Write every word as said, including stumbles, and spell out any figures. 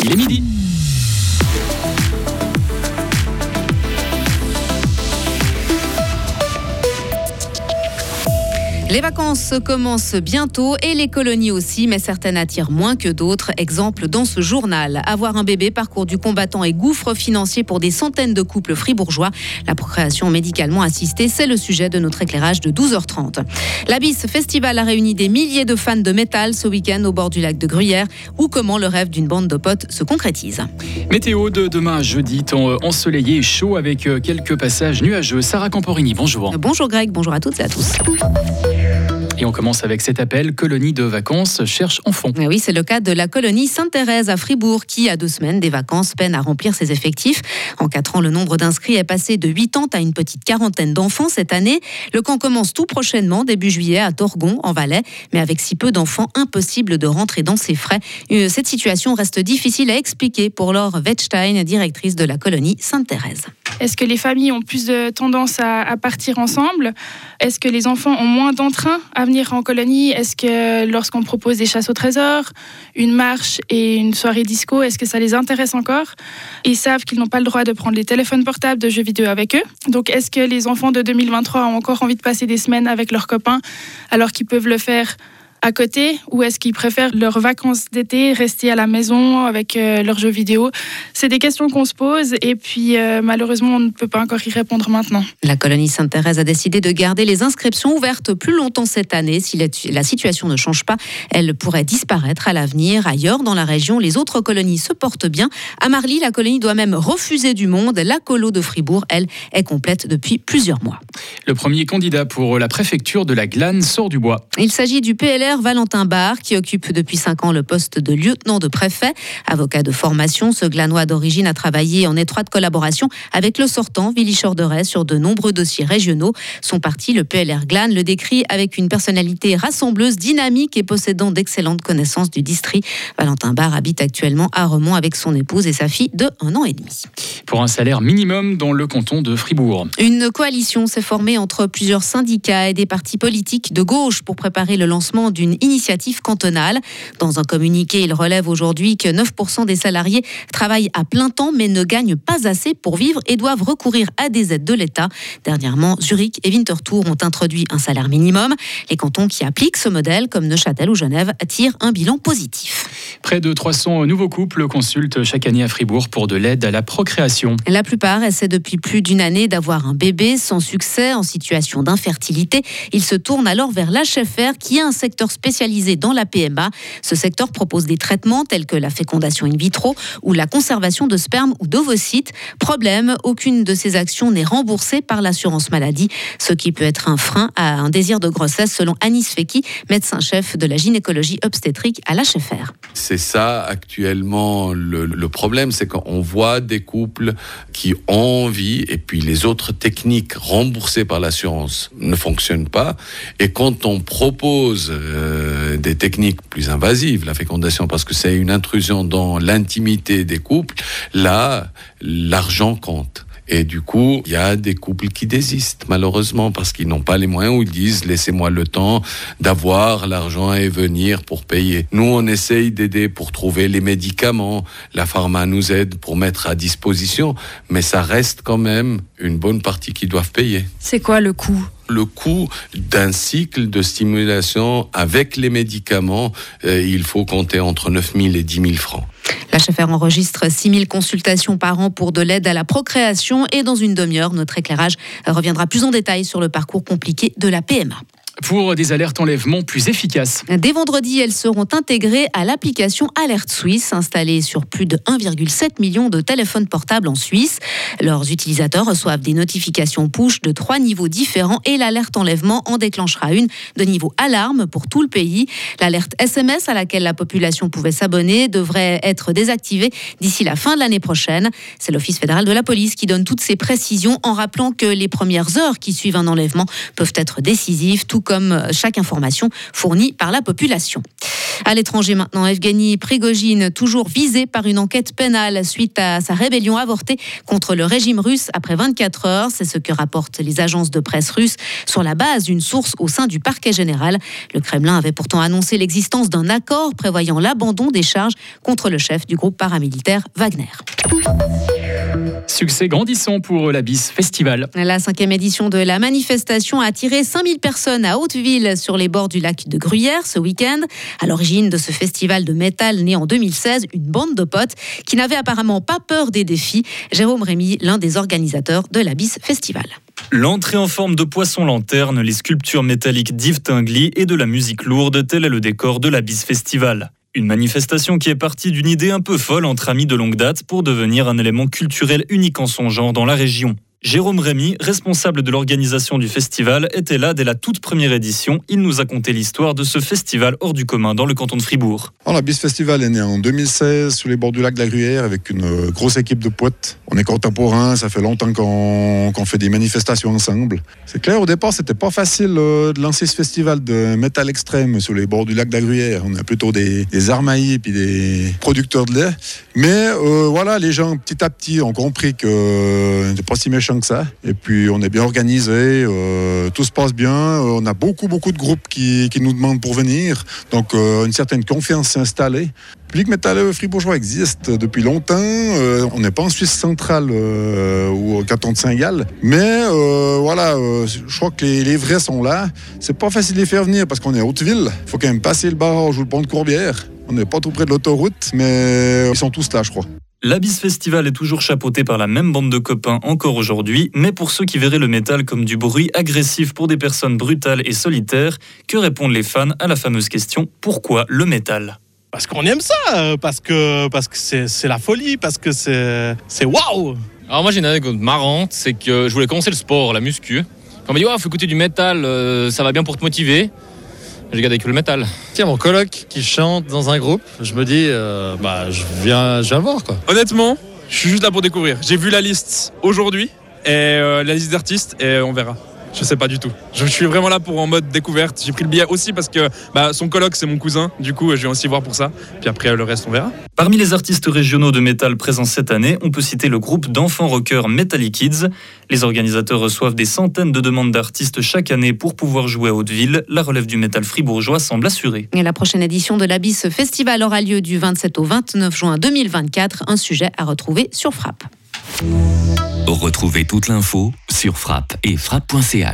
Il est midi. Les vacances commencent bientôt et les colonies aussi, mais certaines attirent moins que d'autres. Exemple dans ce journal. Avoir un bébé, parcours du combattant et gouffre financier pour des centaines de couples fribourgeois. La procréation médicalement assistée, c'est le sujet de notre éclairage de douze heures trente. La B I S Festival a réuni des milliers de fans de métal ce week-end au bord du lac de Gruyère, où comment le rêve d'une bande de potes se concrétise. Météo de demain jeudi, temps ensoleillé et chaud avec quelques passages nuageux. Sarah Camporini, bonjour. Bonjour Greg, bonjour à toutes et à tous. Et on commence avec cet appel, colonie de vacances cherche enfants. Oui, c'est le cas de la colonie Sainte-Thérèse à Fribourg qui, à deux semaines des vacances, peine à remplir ses effectifs. En quatre ans, le nombre d'inscrits est passé de quatre-vingts à une petite quarantaine d'enfants cette année. Le camp commence tout prochainement, début juillet, à Torgon, en Valais. Mais avec si peu d'enfants, impossible de rentrer dans ses frais. Cette situation reste difficile à expliquer pour Laure Wettstein, directrice de la colonie Sainte-Thérèse. Est-ce que les familles ont plus de tendance à, à partir ensemble ? Est-ce que les enfants ont moins d'entrain à venir en colonie ? Est-ce que lorsqu'on propose des chasses au trésor, une marche et une soirée disco, est-ce que ça les intéresse encore ? Ils savent qu'ils n'ont pas le droit de prendre les téléphones portables de jeux vidéo avec eux. Donc est-ce que les enfants de deux mille vingt-trois ont encore envie de passer des semaines avec leurs copains alors qu'ils peuvent le faire à côté, ou est-ce qu'ils préfèrent leurs vacances d'été rester à la maison avec euh, leurs jeux vidéo ? C'est des questions qu'on se pose et puis euh, malheureusement on ne peut pas encore y répondre maintenant. La colonie Sainte-Thérèse a décidé de garder les inscriptions ouvertes plus longtemps cette année. Si la, la situation ne change pas, elle pourrait disparaître à l'avenir. Ailleurs dans la région, les autres colonies se portent bien. À Marly, la colonie doit même refuser du monde. La colo de Fribourg, elle, est complète depuis plusieurs mois. Le premier candidat pour la préfecture de la Glane sort du bois. Il s'agit du P L R Valentin Barre, qui occupe depuis cinq ans le poste de lieutenant de préfet. Avocat de formation, ce glanois d'origine a travaillé en étroite collaboration avec le sortant, Willy Chorderet, sur de nombreux dossiers régionaux. Son parti, le P L R Glane, le décrit avec une personnalité rassembleuse, dynamique et possédant d'excellentes connaissances du district. Valentin Barre habite actuellement à Remont avec son épouse et sa fille de un an et demi. Pour un salaire minimum dans le canton de Fribourg. Une coalition s'est formée entre plusieurs syndicats et des partis politiques de gauche pour préparer le lancement d'une initiative cantonale. Dans un communiqué, il relève aujourd'hui que neuf pour cent des salariés travaillent à plein temps mais ne gagnent pas assez pour vivre et doivent recourir à des aides de l'État. Dernièrement, Zurich et Winterthur ont introduit un salaire minimum. Les cantons qui appliquent ce modèle, comme Neuchâtel ou Genève, tirent un bilan positif. Près de trois cents nouveaux couples consultent chaque année à Fribourg pour de l'aide à la procréation. La plupart essaient depuis plus d'une année d'avoir un bébé sans succès, en situation d'infertilité. Ils se tournent alors vers l'H F R, qui est un secteur spécialisé dans la P M A. Ce secteur propose des traitements tels que la fécondation in vitro ou la conservation de sperme ou d'ovocytes. Problème, aucune de ces actions n'est remboursée par l'assurance maladie, ce qui peut être un frein à un désir de grossesse, selon Anis Feki, médecin-chef de la gynécologie obstétrique à l'H F R. C'est ça actuellement le, le problème, c'est qu'on voit des couples qui ont envie et puis les autres techniques remboursées par l'assurance ne fonctionnent pas. Et quand on propose euh, des techniques plus invasives, la fécondation, parce que c'est une intrusion dans l'intimité des couples, là, l'argent compte. Et du coup, il y a des couples qui désistent, malheureusement, parce qu'ils n'ont pas les moyens, ou ils disent « laissez-moi le temps d'avoir l'argent et venir pour payer ». Nous, on essaye d'aider pour trouver les médicaments. La pharma nous aide pour mettre à disposition, mais ça reste quand même une bonne partie qui doivent payer. C'est quoi le coût ? Le coût d'un cycle de stimulation avec les médicaments, euh, il faut compter entre neuf mille et dix mille francs. L'H F R enregistre six mille consultations par an pour de l'aide à la procréation et dans une demi-heure, notre éclairage reviendra plus en détail sur le parcours compliqué de la P M A. Pour des alertes enlèvement plus efficaces. Dès vendredi, elles seront intégrées à l'application Alerte Suisse, installée sur plus de un virgule sept million de téléphones portables en Suisse. Leurs utilisateurs reçoivent des notifications push de trois niveaux différents et l'alerte enlèvement en déclenchera une de niveau alarme pour tout le pays. L'alerte S M S à laquelle la population pouvait s'abonner devrait être désactivée d'ici la fin de l'année prochaine. C'est l'Office fédéral de la police qui donne toutes ces précisions en rappelant que les premières heures qui suivent un enlèvement peuvent être décisives, tout comme chaque information fournie par la population. À l'étranger maintenant, Evgeny Prigojine, toujours visé par une enquête pénale suite à sa rébellion avortée contre le régime russe après vingt-quatre heures. C'est ce que rapportent les agences de presse russes sur la base d'une source au sein du parquet général. Le Kremlin avait pourtant annoncé l'existence d'un accord prévoyant l'abandon des charges contre le chef du groupe paramilitaire Wagner. Succès grandissant pour la BIS Festival. La cinquième édition de la manifestation a attiré cinq mille personnes à Hauteville sur les bords du lac de Gruyère ce week-end. À l'origine de ce festival de métal né en deux mille seize, une bande de potes qui n'avait apparemment pas peur des défis. Jérôme Rémy, l'un des organisateurs de la BIS Festival. L'entrée en forme de poisson-lanterne, les sculptures métalliques d'Yves Tinguely et de la musique lourde, tel est le décor de la BIS Festival. Une manifestation qui est partie d'une idée un peu folle entre amis de longue date pour devenir un élément culturel unique en son genre dans la région. Jérôme Rémy, responsable de l'organisation du festival, était là dès la toute première édition. Il nous a conté l'histoire de ce festival hors du commun dans le canton de Fribourg. Alors, la BIS Festival est né en deux mille seize sur les bords du lac de la Gruyère avec une grosse équipe de potes. On est contemporains, ça fait longtemps qu'on, qu'on fait des manifestations ensemble. C'est clair, au départ, c'était pas facile euh, de lancer ce festival de métal extrême sur les bords du lac de la Gruyère. On a plutôt des, des armaillis puis des producteurs de lait. Mais euh, voilà, les gens petit à petit ont compris que euh, c'était pas si méchant que ça. Et puis on est bien organisé, euh, tout se passe bien. Euh, on a beaucoup beaucoup de groupes qui, qui nous demandent pour venir. Donc euh, une certaine confiance s'est installée. Le public métalleux fribourgeois existe depuis longtemps. Euh, on n'est pas en Suisse centrale euh, ou au canton de Saint-Gall. Mais euh, voilà, euh, je crois que les, les vrais sont là. C'est pas facile de les faire venir parce qu'on est à Hauteville. Il faut quand même passer le barrage ou le pont de Courbière. On n'est pas tout près de l'autoroute, mais ils sont tous là, je crois. La BIS Festival est toujours chapeautée par la même bande de copains encore aujourd'hui, mais pour ceux qui verraient le métal comme du bruit agressif pour des personnes brutales et solitaires, que répondent les fans à la fameuse question « Pourquoi le métal ?» Parce qu'on aime ça, parce que, parce que c'est, c'est la folie, parce que c'est, c'est waouh. Alors moi j'ai une anecdote marrante, c'est que je voulais commencer le sport, la muscu. On m'a dit ouais, faut écouter du métal, euh, ça va bien pour te motiver. J'ai gardé que le métal. Tiens, mon coloc qui chante dans un groupe, je me dis, euh, bah, je viens, je viens le voir, quoi. Honnêtement, je suis juste là pour découvrir. J'ai vu la liste aujourd'hui, et euh, la liste d'artistes, et on verra. Je sais pas du tout. Je suis vraiment là pour en mode découverte. J'ai pris le billet aussi parce que bah, son coloc, c'est mon cousin. Du coup, je viens aussi voir pour ça. Puis après, le reste, on verra. Parmi les artistes régionaux de métal présents cette année, on peut citer le groupe d'enfants rockers Metallic Kids. Les organisateurs reçoivent des centaines de demandes d'artistes chaque année pour pouvoir jouer à Hauteville. La relève du métal fribourgeois semble assurée. Et la prochaine édition de la BIS Festival aura lieu du vingt-sept au vingt-neuf juin deux mille vingt-quatre. Un sujet à retrouver sur Frappe. Retrouvez toute l'info sur frappe et frappe point c h.